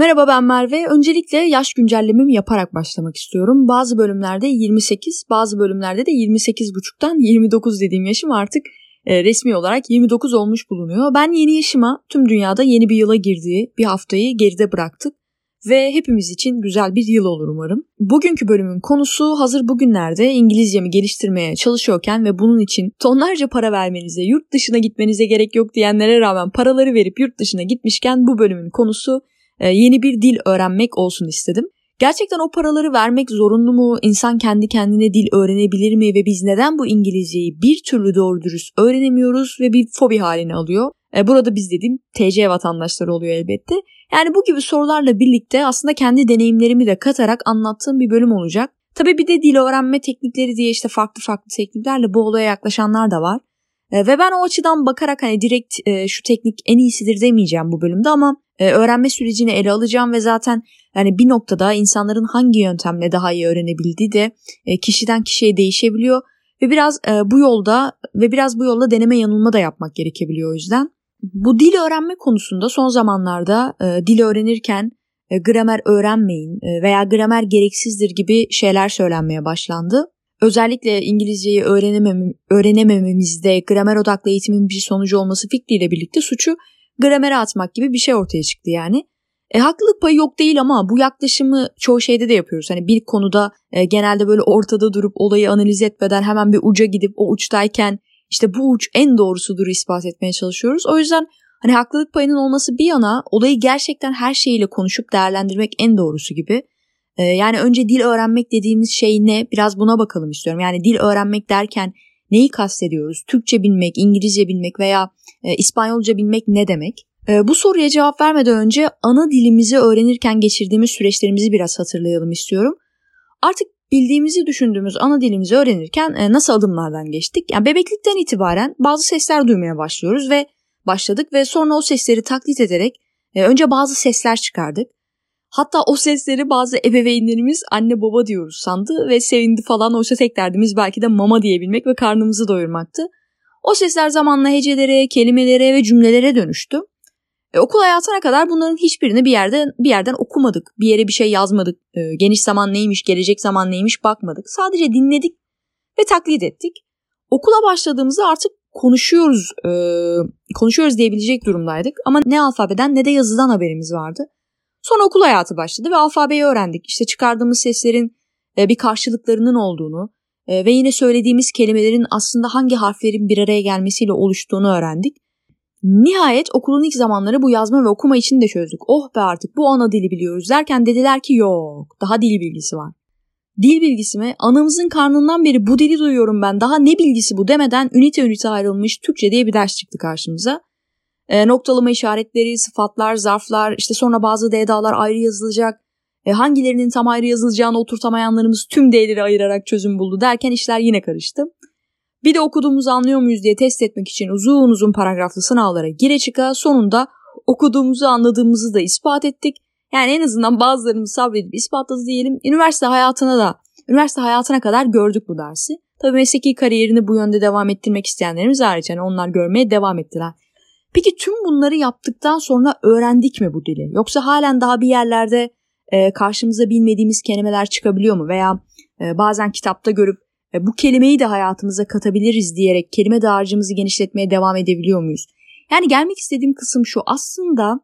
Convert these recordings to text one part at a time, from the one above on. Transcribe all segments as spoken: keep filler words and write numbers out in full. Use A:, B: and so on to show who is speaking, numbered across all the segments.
A: Merhaba, ben Merve. Öncelikle yaş güncellememi yaparak başlamak istiyorum. Bazı bölümlerde yirmi sekiz, bazı bölümlerde de yirmi sekiz buçuktan yirmi dokuz dediğim yaşım artık e, resmi olarak yirmi dokuz olmuş bulunuyor. Ben yeni yaşıma tüm dünyada yeni bir yıla girdiği bir haftayı geride bıraktık ve hepimiz için güzel bir yıl olur umarım. Bugünkü bölümün konusu, hazır bugünlerde İngilizcemi geliştirmeye çalışıyorken ve bunun için tonlarca para vermenize, yurt dışına gitmenize gerek yok diyenlere rağmen paraları verip yurt dışına gitmişken bu bölümün konusu yeni bir dil öğrenmek olsun istedim. Gerçekten o paraları vermek zorunlu mu? İnsan kendi kendine dil öğrenebilir mi? Ve biz neden bu İngilizceyi bir türlü doğru dürüst öğrenemiyoruz ve bir fobi haline alıyor? Burada biz dediğim T C vatandaşları oluyor elbette. Yani bu gibi sorularla birlikte aslında kendi deneyimlerimi de katarak anlattığım bir bölüm olacak. Tabii bir de dil öğrenme teknikleri diye işte farklı farklı tekniklerle bu olaya yaklaşanlar da var. Ve ben o açıdan bakarak hani direkt e, şu teknik en iyisidir demeyeceğim bu bölümde ama e, öğrenme sürecini ele alacağım ve zaten yani bir noktada insanların hangi yöntemle daha iyi öğrenebildiği de e, kişiden kişiye değişebiliyor ve biraz e, bu yolda ve biraz bu yolda deneme yanılma da yapmak gerekebiliyor o yüzden. Bu dil öğrenme konusunda son zamanlarda e, dil öğrenirken e, gramer öğrenmeyin e, veya gramer gereksizdir gibi şeyler söylenmeye başlandı. Özellikle İngilizceyi öğrenemem, öğrenemememizde gramer odaklı eğitimin bir sonucu olması fikriyle birlikte suçu gramere atmak gibi bir şey ortaya çıktı yani. E, haklılık payı yok değil ama bu yaklaşımı çoğu şeyde de yapıyoruz. Hani bir konuda e, genelde böyle ortada durup olayı analiz etmeden hemen bir uca gidip o uçtayken işte bu uç en doğrusudur ispat etmeye çalışıyoruz. O yüzden hani haklılık payının olması bir yana olayı gerçekten her şeyiyle konuşup değerlendirmek en doğrusu gibi. Yani önce dil öğrenmek dediğimiz şey ne? Biraz buna bakalım istiyorum. Yani dil öğrenmek derken neyi kastediyoruz? Türkçe bilmek, İngilizce bilmek veya e, İspanyolca bilmek ne demek? E, bu soruya cevap vermeden önce ana dilimizi öğrenirken geçirdiğimiz süreçlerimizi biraz hatırlayalım istiyorum. Artık bildiğimizi düşündüğümüz ana dilimizi öğrenirken e, nasıl adımlardan geçtik? Yani bebeklikten itibaren bazı sesler duymaya başlıyoruz ve başladık ve sonra o sesleri taklit ederek e, önce bazı sesler çıkardık. Hatta o sesleri bazı ebeveynlerimiz anne baba diyoruz sandı ve sevindi falan. Oysa tek derdimiz belki de mama diyebilmek ve karnımızı doyurmaktı. O sesler zamanla hecelere, kelimelere ve cümlelere dönüştü. E, okul hayatına kadar bunların hiçbirini bir yerden bir yerden okumadık. Bir yere bir şey yazmadık. E, geniş zaman neymiş, gelecek zaman neymiş bakmadık. Sadece dinledik ve taklit ettik. Okula başladığımızda artık konuşuyoruz, e, konuşuyoruz diyebilecek durumdaydık. Ama ne alfabeden ne de yazıdan haberimiz vardı. Sonra okul hayatı başladı ve alfabeyi öğrendik. İşte çıkardığımız seslerin bir karşılıklarının olduğunu ve yine söylediğimiz kelimelerin aslında hangi harflerin bir araya gelmesiyle oluştuğunu öğrendik. Nihayet okulun ilk zamanları bu yazma ve okuma için de çözdük. Oh be artık bu ana dili biliyoruz derken dediler ki yok, daha dil bilgisi var. Dil bilgisi mi? Anamızın karnından beri bu dili duyuyorum ben, daha ne bilgisi bu demeden ünite ünite ayrılmış Türkçe diye bir ders çıktı karşımıza. E, noktalama işaretleri, sıfatlar, zarflar, işte sonra bazı D'dalar ayrı yazılacak. E, hangilerinin tam ayrı yazılacağını oturtamayanlarımız tüm D'leri ayırarak çözüm buldu derken işler yine karıştı. Bir de okuduğumuzu anlıyor muyuz diye test etmek için uzun uzun paragraflı sınavlara gire çıka sonunda okuduğumuzu anladığımızı da ispat ettik. Yani en azından bazılarımız sabredip ispatladı diyelim. Üniversite hayatına da, üniversite hayatına kadar gördük bu dersi. Tabii mesleki kariyerini bu yönde devam ettirmek isteyenlerimiz hariç yani onlar görmeye devam ettiler. Peki tüm bunları yaptıktan sonra öğrendik mi bu dili? Yoksa halen daha bir yerlerde e, karşımıza bilmediğimiz kelimeler çıkabiliyor mu? Veya e, bazen kitapta görüp e, bu kelimeyi de hayatımıza katabiliriz diyerek kelime dağarcığımızı genişletmeye devam edebiliyor muyuz? Yani gelmek istediğim kısım şu, aslında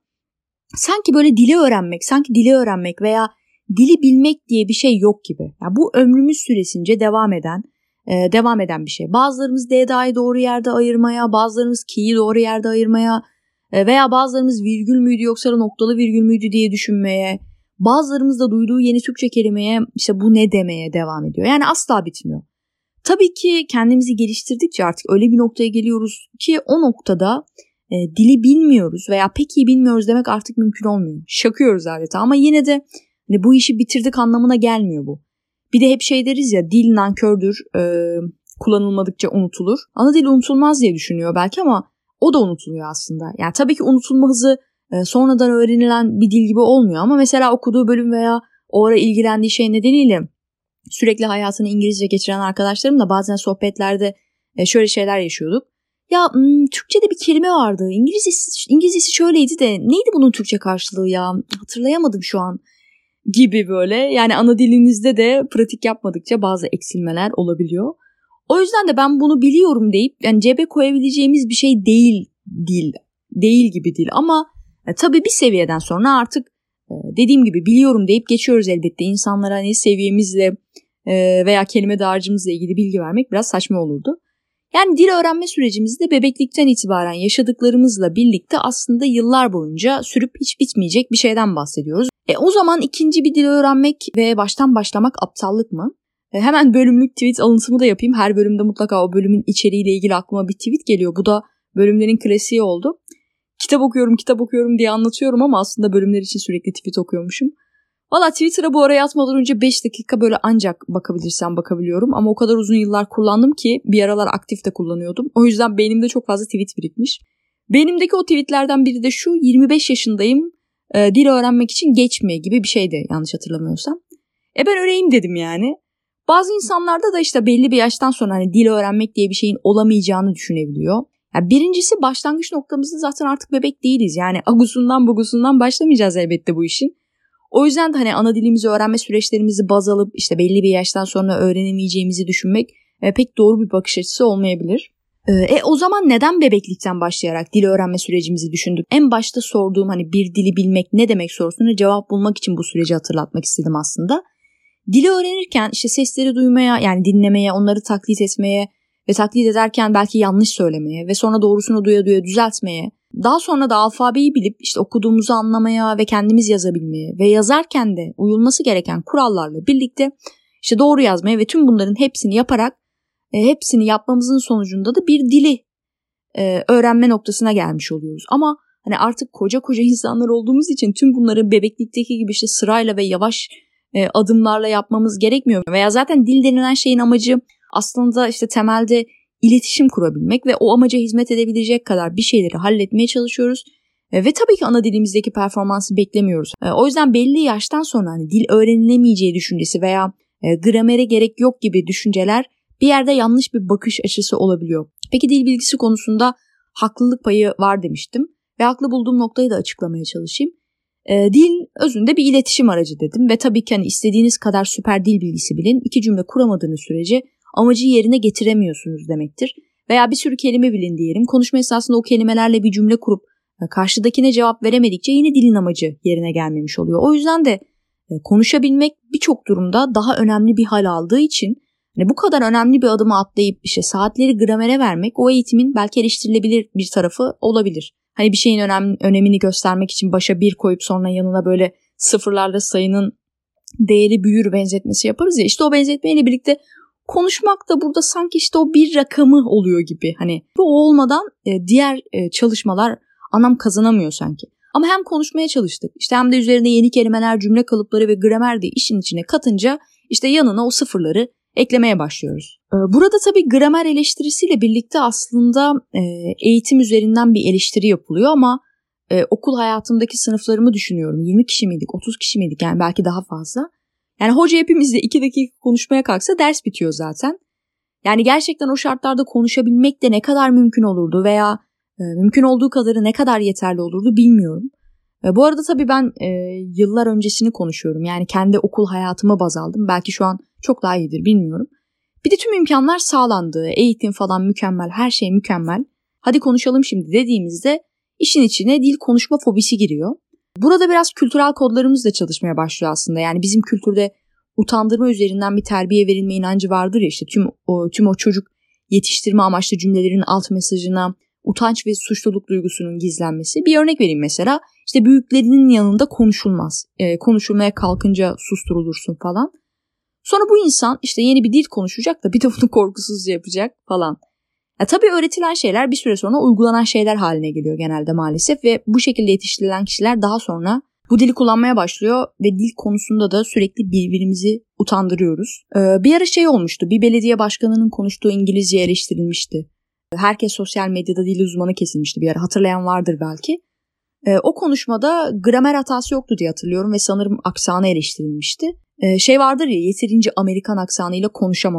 A: sanki böyle dili öğrenmek, sanki dili öğrenmek veya dili bilmek diye bir şey yok gibi. Yani bu ömrümüz süresince devam eden, Ee, devam eden bir şey. Bazılarımız D'da'yı doğru yerde ayırmaya, bazılarımız ki'yi doğru yerde ayırmaya e, veya bazılarımız virgül müydü yoksa noktalı virgül müydü diye düşünmeye, bazılarımız da duyduğu yeni Türkçe kelimeye işte bu ne demeye devam ediyor. Yani asla bitmiyor. Tabii ki kendimizi geliştirdikçe artık öyle bir noktaya geliyoruz ki o noktada e, dili bilmiyoruz veya pek iyi bilmiyoruz demek artık mümkün olmuyor. Şakıyoruz adeta ama yine de hani bu işi bitirdik anlamına gelmiyor bu. Bir de hep şey deriz ya, dil nankördür, e, kullanılmadıkça unutulur. Ana dil unutulmaz diye düşünüyor belki ama o da unutuluyor aslında. Yani tabii ki unutulma hızı e, sonradan öğrenilen bir dil gibi olmuyor ama mesela okuduğu bölüm veya o ara ilgilendiği şey nedeniyle sürekli hayatını İngilizce geçiren arkadaşlarımla bazen sohbetlerde e, şöyle şeyler yaşıyorduk. Ya ım, Türkçe'de bir kelime vardı. İngilizcesi, İngilizcesi şöyleydi de neydi bunun Türkçe karşılığı ya? Hatırlayamadım şu an gibi böyle. Yani ana dilimizde de pratik yapmadıkça bazı eksilmeler olabiliyor. O yüzden de ben bunu biliyorum deyip yani cebe koyabileceğimiz bir şey değil değil. Değil gibi değil ama e, tabii bir seviyeden sonra artık e, dediğim gibi biliyorum deyip geçiyoruz elbette. İnsanlara hani seviyemizle e, veya kelime dağarcığımızla ilgili bilgi vermek biraz saçma olurdu. Yani dil öğrenme sürecimizde bebeklikten itibaren yaşadıklarımızla birlikte aslında yıllar boyunca sürüp hiç bitmeyecek bir şeyden bahsediyoruz. E, o zaman ikinci bir dil öğrenmek ve baştan başlamak aptallık mı? E, hemen bölümlük tweet alıntımı da yapayım. Her bölümde mutlaka o bölümün içeriğiyle ilgili aklıma bir tweet geliyor. Bu da bölümlerin klasiği oldu. Kitap okuyorum, kitap okuyorum diye anlatıyorum ama aslında bölümler için sürekli tweet okuyormuşum. Valla Twitter'a bu araya atmadan önce beş dakika böyle ancak bakabilirsem bakabiliyorum. Ama o kadar uzun yıllar kullandım ki bir aralar aktif de kullanıyordum. O yüzden beynimde çok fazla tweet birikmiş. Beynimdeki o tweetlerden biri de şu: yirmi beş yaşındayım, e, dil öğrenmek için geçme gibi bir şeydi yanlış hatırlamıyorsam. E ben öyleyim dedim yani. Bazı insanlarda da işte belli bir yaştan sonra hani dil öğrenmek diye bir şeyin olamayacağını düşünebiliyor. Yani birincisi başlangıç noktamızda zaten artık bebek değiliz. Yani agusundan bugusundan başlamayacağız elbette bu işin. O yüzden de hani ana dilimizi öğrenme süreçlerimizi baz alıp işte belli bir yaştan sonra öğrenemeyeceğimizi düşünmek e, pek doğru bir bakış açısı olmayabilir. E, e o zaman neden bebeklikten başlayarak dil öğrenme sürecimizi düşündük? En başta sorduğum hani bir dili bilmek ne demek sorusuna cevap bulmak için bu süreci hatırlatmak istedim aslında. Dili öğrenirken işte sesleri duymaya, yani dinlemeye, onları taklit etmeye ve taklit ederken belki yanlış söylemeye ve sonra doğrusunu duya duya düzeltmeye, daha sonra da alfabeyi bilip işte okuduğumuzu anlamaya ve kendimiz yazabilmeye ve yazarken de uyulması gereken kurallarla birlikte işte doğru yazmaya ve tüm bunların hepsini yaparak e, hepsini yapmamızın sonucunda da bir dili e, öğrenme noktasına gelmiş oluyoruz. Ama hani artık koca koca insanlar olduğumuz için tüm bunları bebeklikteki gibi işte sırayla ve yavaş e, adımlarla yapmamız gerekmiyor. Veya zaten dil denilen şeyin amacı aslında işte temelde iletişim kurabilmek ve o amaca hizmet edebilecek kadar bir şeyleri halletmeye çalışıyoruz. E, ve tabii ki ana dilimizdeki performansı beklemiyoruz. E, o yüzden belli yaştan sonra hani dil öğrenilemeyeceği düşüncesi veya e, gramere gerek yok gibi düşünceler bir yerde yanlış bir bakış açısı olabiliyor. Peki dil bilgisi konusunda haklılık payı var demiştim ve haklı bulduğum noktayı da açıklamaya çalışayım. E, dil özünde bir iletişim aracı dedim ve tabii ki hani istediğiniz kadar süper dil bilgisi bilin, iki cümle kuramadığınız sürece amacı yerine getiremiyorsunuz demektir. Veya bir sürü kelime bilin diyelim. Konuşma esnasında o kelimelerle bir cümle kurup karşıdakine cevap veremedikçe yine dilin amacı yerine gelmemiş oluyor. O yüzden de konuşabilmek birçok durumda daha önemli bir hal aldığı için hani bu kadar önemli bir adımı atlayıp işte saatleri gramere vermek o eğitimin belki eleştirilebilir bir tarafı olabilir. Hani bir şeyin önem, önemini göstermek için başa bir koyup sonra yanına böyle sıfırlarla sayının değeri büyür benzetmesi yaparız ya, işte o benzetmeyle birlikte konuşmak da burada sanki işte o bir rakamı oluyor gibi. Hani bu olmadan e, diğer e, çalışmalar anlam kazanamıyor sanki. Ama hem konuşmaya çalıştık işte hem de üzerine yeni kelimeler, cümle kalıpları ve gramer de işin içine katınca işte yanına o sıfırları eklemeye başlıyoruz. E, burada tabii gramer eleştirisiyle birlikte aslında e, eğitim üzerinden bir eleştiri yapılıyor ama e, okul hayatımdaki sınıflarımı düşünüyorum. yirmi kişi miydik, otuz kişi miydik, yani belki daha fazla. Yani hoca hepimizle iki dakika konuşmaya kalksa ders bitiyor zaten. Yani gerçekten o şartlarda konuşabilmek de ne kadar mümkün olurdu veya e, mümkün olduğu kadarı ne kadar yeterli olurdu bilmiyorum. E, bu arada tabii ben e, yıllar öncesini konuşuyorum. Yani kendi okul hayatımı baz aldım. Belki şu an çok daha iyidir bilmiyorum. Bir de tüm imkanlar sağlandı. Eğitim falan mükemmel, her şey mükemmel. Hadi konuşalım şimdi dediğimizde işin içine dil konuşma fobisi giriyor. Burada biraz kültürel kodlarımız da çalışmaya başlıyor aslında. Yani bizim kültürde utandırma üzerinden bir terbiye verilme inancı vardır ya, işte tüm o, tüm o çocuk yetiştirme amaçlı cümlelerin alt mesajına utanç ve suçluluk duygusunun gizlenmesi. Bir örnek vereyim mesela. İşte büyüklerinin yanında konuşulmaz. E, konuşulmaya kalkınca susturulursun falan. Sonra bu insan işte yeni bir dil konuşacak da bir de bunu korkusuzca yapacak falan. Ya tabii öğretilen şeyler bir süre sonra uygulanan şeyler haline geliyor genelde maalesef ve bu şekilde yetiştirilen kişiler daha sonra bu dili kullanmaya başlıyor ve dil konusunda da sürekli birbirimizi utandırıyoruz. Ee, bir ara şey olmuştu, bir belediye başkanının konuştuğu İngilizce eleştirilmişti. Herkes sosyal medyada dil uzmanı kesilmişti bir ara, hatırlayan vardır belki. Ee, o konuşmada gramer hatası yoktu diye hatırlıyorum ve sanırım aksanı eleştirilmişti. Ee, şey vardır ya, yeterince Amerikan aksanıyla konuşamamak.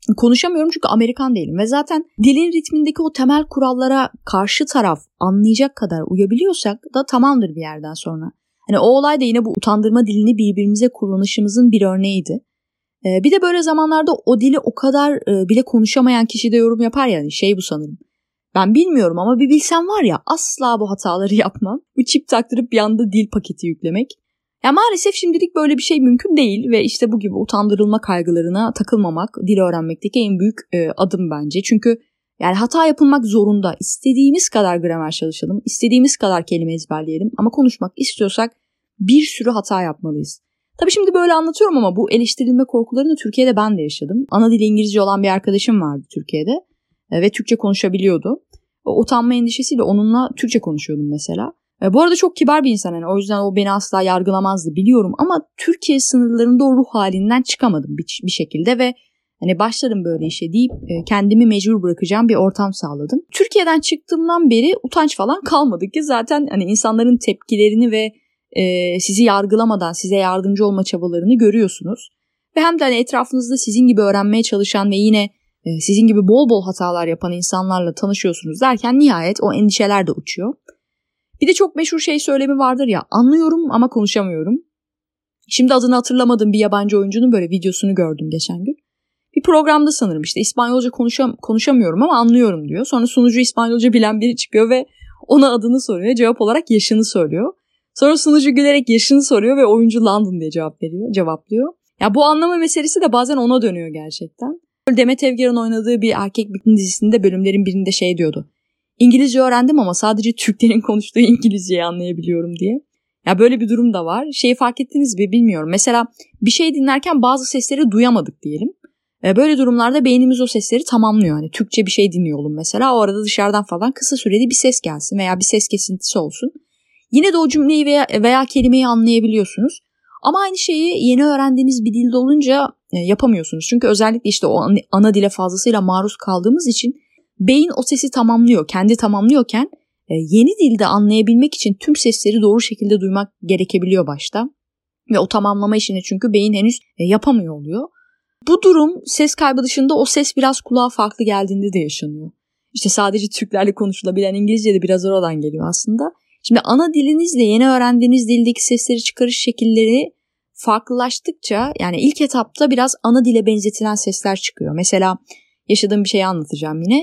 A: konuşamıyorum çünkü Amerikan değilim ve zaten dilin ritmindeki o temel kurallara karşı taraf anlayacak kadar uyabiliyorsak da tamamdır bir yerden sonra. Hani o olay da yine bu utandırma dilini birbirimize kullanışımızın bir örneğiydi. Ee, bir de böyle zamanlarda o dili o kadar e, bile konuşamayan kişi de yorum yapar yani şey bu sanırım. Ben bilmiyorum ama bir bilsem var ya asla bu hataları yapmam. Bu çip taktırıp bir anda dil paketi yüklemek. Ya maalesef şimdilik böyle bir şey mümkün değil ve işte bu gibi utandırılma kaygılarına takılmamak dil öğrenmekteki en büyük e, adım bence. Çünkü yani hata yapılmak zorunda. İstediğimiz kadar gramer çalışalım, istediğimiz kadar kelime ezberleyelim ama konuşmak istiyorsak bir sürü hata yapmalıyız. Tabii şimdi böyle anlatıyorum ama bu eleştirilme korkularını Türkiye'de ben de yaşadım. Ana dili İngilizce olan bir arkadaşım vardı Türkiye'de e, ve Türkçe konuşabiliyordu. O utanma endişesiyle onunla Türkçe konuşuyordum mesela. E, bu arada çok kibar bir insan yani o yüzden o beni asla yargılamazdı biliyorum ama Türkiye sınırlarında o ruh halinden çıkamadım bir, bir şekilde ve hani başladım böyle işe deyip e, kendimi mecbur bırakacağım bir ortam sağladım. Türkiye'den çıktığımdan beri utanç falan kalmadı ki zaten hani insanların tepkilerini ve e, sizi yargılamadan size yardımcı olma çabalarını görüyorsunuz. Ve hem de hani etrafınızda sizin gibi öğrenmeye çalışan ve yine e, sizin gibi bol bol hatalar yapan insanlarla tanışıyorsunuz derken nihayet o endişeler de uçuyor. Bir de çok meşhur şey söylemi vardır ya, anlıyorum ama konuşamıyorum. Şimdi adını hatırlamadığım bir yabancı oyuncunun böyle videosunu gördüm geçen gün. Bir programda sanırım işte İspanyolca konuşam- konuşamıyorum ama anlıyorum diyor. Sonra sunucu İspanyolca bilen biri çıkıyor ve ona adını soruyor. Cevap olarak yaşını söylüyor. Sonra sunucu gülerek yaşını soruyor ve oyuncu London diye cevap veriyor, cevaplıyor. Ya bu anlama meselesi de bazen ona dönüyor gerçekten. Demet Evgar'ın oynadığı bir erkek bir dizisinde bölümlerin birinde şey diyordu. İngilizce öğrendim ama sadece Türklerin konuştuğu İngilizceyi anlayabiliyorum diye. Ya böyle bir durum da var. Şeyi fark ettiniz mi bilmiyorum. Mesela bir şey dinlerken bazı sesleri duyamadık diyelim. Böyle durumlarda beynimiz o sesleri tamamlıyor. Hani Türkçe bir şey dinliyorum mesela. O arada dışarıdan falan kısa süreli bir ses gelsin veya bir ses kesintisi olsun. Yine de o cümleyi veya, veya kelimeyi anlayabiliyorsunuz. Ama aynı şeyi yeni öğrendiğiniz bir dilde olunca yapamıyorsunuz. Çünkü özellikle işte o ana dile fazlasıyla maruz kaldığımız için beyin o sesi tamamlıyor. Kendi tamamlıyorken yeni dilde anlayabilmek için tüm sesleri doğru şekilde duymak gerekebiliyor başta. Ve o tamamlama işini çünkü beyin henüz yapamıyor oluyor. Bu durum ses kaybı dışında o ses biraz kulağa farklı geldiğinde de yaşanıyor. İşte sadece Türklerle konuşulabilen İngilizce de biraz oradan geliyor aslında. Şimdi ana dilinizle yeni öğrendiğiniz dildeki sesleri çıkarış şekilleri farklılaştıkça yani ilk etapta biraz ana dile benzetilen sesler çıkıyor. Mesela yaşadığım bir şeyi anlatacağım yine.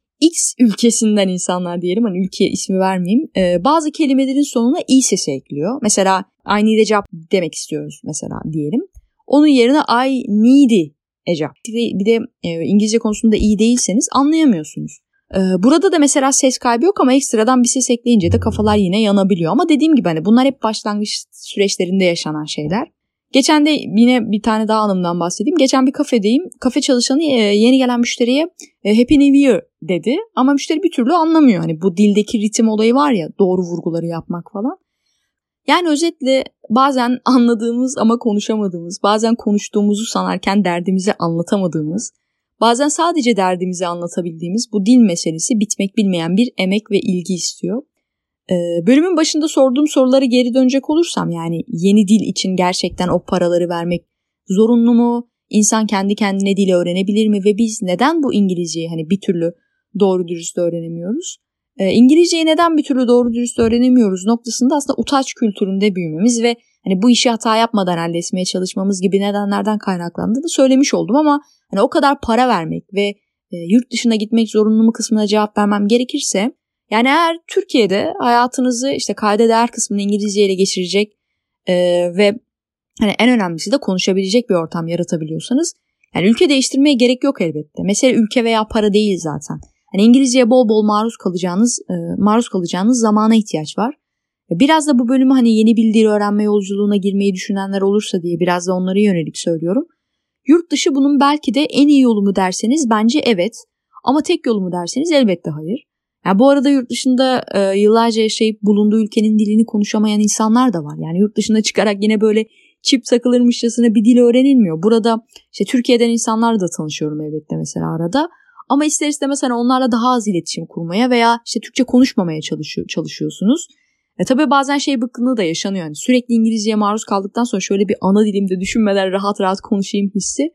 A: X ülkesinden insanlar diyelim, hani ülkeye ismi vermeyeyim. Ee, bazı kelimelerin sonuna i sesi ekliyor. Mesela I need a job demek istiyoruz mesela diyelim. Onun yerine I need a job. Bir de e, İngilizce konusunda iyi değilseniz anlayamıyorsunuz. Ee, burada da mesela ses kaybı yok ama ekstradan bir ses ekleyince de kafalar yine yanabiliyor. Ama dediğim gibi hani bunlar hep başlangıç süreçlerinde yaşanan şeyler. Geçen de yine bir tane daha anımdan bahsedeyim. Geçen bir kafedeyim. Kafe çalışanı yeni gelen müşteriye Happy New Year dedi. Ama müşteri bir türlü anlamıyor. Hani bu dildeki ritim olayı var ya, doğru vurguları yapmak falan. Yani özetle bazen anladığımız ama konuşamadığımız, bazen konuştuğumuzu sanarken derdimizi anlatamadığımız, bazen sadece derdimizi anlatabildiğimiz bu dil meselesi bitmek bilmeyen bir emek ve ilgi istiyor. Bölümün başında sorduğum soruları geri dönecek olursam yani yeni dil için gerçekten o paraları vermek zorunlu mu? İnsan kendi kendine dili öğrenebilir mi? Ve biz neden bu İngilizceyi hani bir türlü doğru dürüst öğrenemiyoruz? E, İngilizceyi neden bir türlü doğru dürüst öğrenemiyoruz noktasında aslında utanç kültüründe büyümemiz ve hani bu işi hata yapmadan halletmeye çalışmamız gibi nedenlerden kaynaklandığını söylemiş oldum ama hani o kadar para vermek ve e, yurt dışına gitmek zorunlu mu kısmına cevap vermem gerekirse yani eğer Türkiye'de hayatınızı işte kayda değer kısmını İngilizce ile geçirecek e, ve hani en önemlisi de konuşabilecek bir ortam yaratabiliyorsanız yani ülke değiştirmeye gerek yok elbette. Mesele ülke veya para değil zaten. Hani İngilizceye bol bol maruz kalacağınız e, maruz kalacağınız zamana ihtiyaç var. Biraz da bu bölümü hani yeni bir dil öğrenme yolculuğuna girmeyi düşünenler olursa diye biraz da onlara yönelik söylüyorum. Yurt dışı bunun belki de en iyi yolu mu derseniz bence evet. Ama tek yolu mu derseniz elbette hayır. Yani bu arada yurt dışında e, yıllarca yaşayıp bulunduğu ülkenin dilini konuşamayan insanlar da var. Yani yurt dışına çıkarak yine böyle çip takılırmışçasına bir dil öğrenilmiyor. Burada işte Türkiye'den insanlarla da tanışıyorum elbette mesela arada. Ama ister istemez hani onlarla daha az iletişim kurmaya veya işte Türkçe konuşmamaya çalışıyor, çalışıyorsunuz. E tabii bazen şey bıkkınlığı da yaşanıyor. Yani sürekli İngilizceye maruz kaldıktan sonra şöyle bir ana dilimde düşünmeden rahat rahat konuşayım hissi.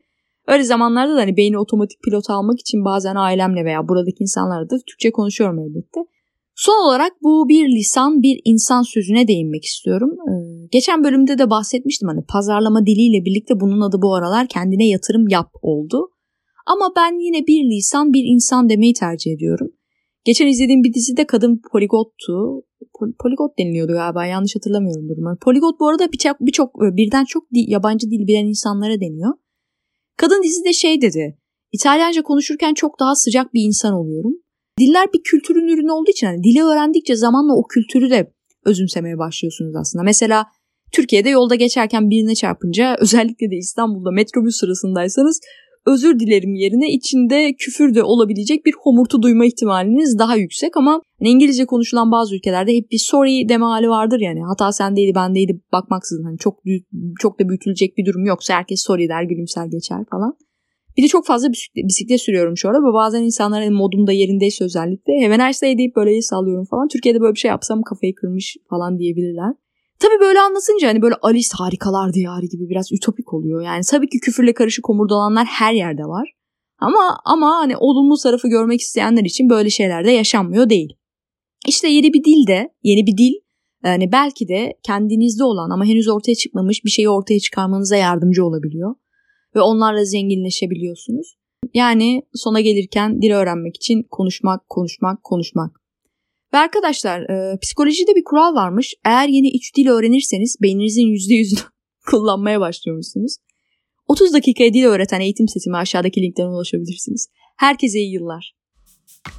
A: Öyle zamanlarda da hani beyni otomatik pilota almak için bazen ailemle veya buradaki insanlarla da Türkçe konuşuyorum elbette. Son olarak bu bir lisan bir insan sözüne değinmek istiyorum. Ee, geçen bölümde de bahsetmiştim hani pazarlama diliyle birlikte bunun adı bu aralar kendine yatırım yap oldu. Ama ben yine bir lisan bir insan demeyi tercih ediyorum. Geçen izlediğim bir dizide kadın poligottu. Pol- poligot deniliyordu galiba, yanlış hatırlamıyorum durumu. Poligot bu arada birçok birçok birden çok dil, yabancı dil bilen insanlara deniyor. Kadın dizide şey dedi. İtalyanca konuşurken çok daha sıcak bir insan oluyorum. Diller bir kültürün ürünü olduğu için hani dili öğrendikçe zamanla o kültürü de özümsemeye başlıyorsunuz aslında. Mesela Türkiye'de yolda geçerken birine çarpınca, özellikle de İstanbul'da metrobüs sırasındaysanız özür dilerim yerine içinde küfür de olabilecek bir homurtu duyma ihtimaliniz daha yüksek. Ama hani İngilizce konuşulan bazı ülkelerde hep bir sorry deme hali vardır yani. Hata sendeydi bendeydi bakmaksızın hani çok çok da büyütülecek bir durum yoksa herkes sorry der, gülümser geçer falan. Bir de çok fazla bisiklet sürüyorum şu ara ve bazen insanların modum da yerindeyse özellikle hemen her şey deyip böyle el sallıyorum falan. Türkiye'de böyle bir şey yapsam kafayı kırmış falan diyebilirler. Tabii böyle anlatınca hani böyle Alice Harikalar Diyarı gibi biraz ütopik oluyor. Yani tabii ki küfürle karışık homurdananlar her yerde var. Ama ama hani olumlu tarafı görmek isteyenler için böyle şeyler de yaşanmıyor değil. İşte yeni bir dil de, yeni bir dil yani belki de kendinizde olan ama henüz ortaya çıkmamış bir şeyi ortaya çıkarmanıza yardımcı olabiliyor. Ve onlarla zenginleşebiliyorsunuz. Yani sona gelirken dil öğrenmek için konuşmak, konuşmak, konuşmak. Ve arkadaşlar e, psikolojide bir kural varmış. Eğer yeni üç dil öğrenirseniz beyninizin yüzde yüzünü kullanmaya başlıyormuşsunuz. otuz dakikaya dil öğreten eğitim setime aşağıdaki linkten ulaşabilirsiniz. Herkese iyi yıllar.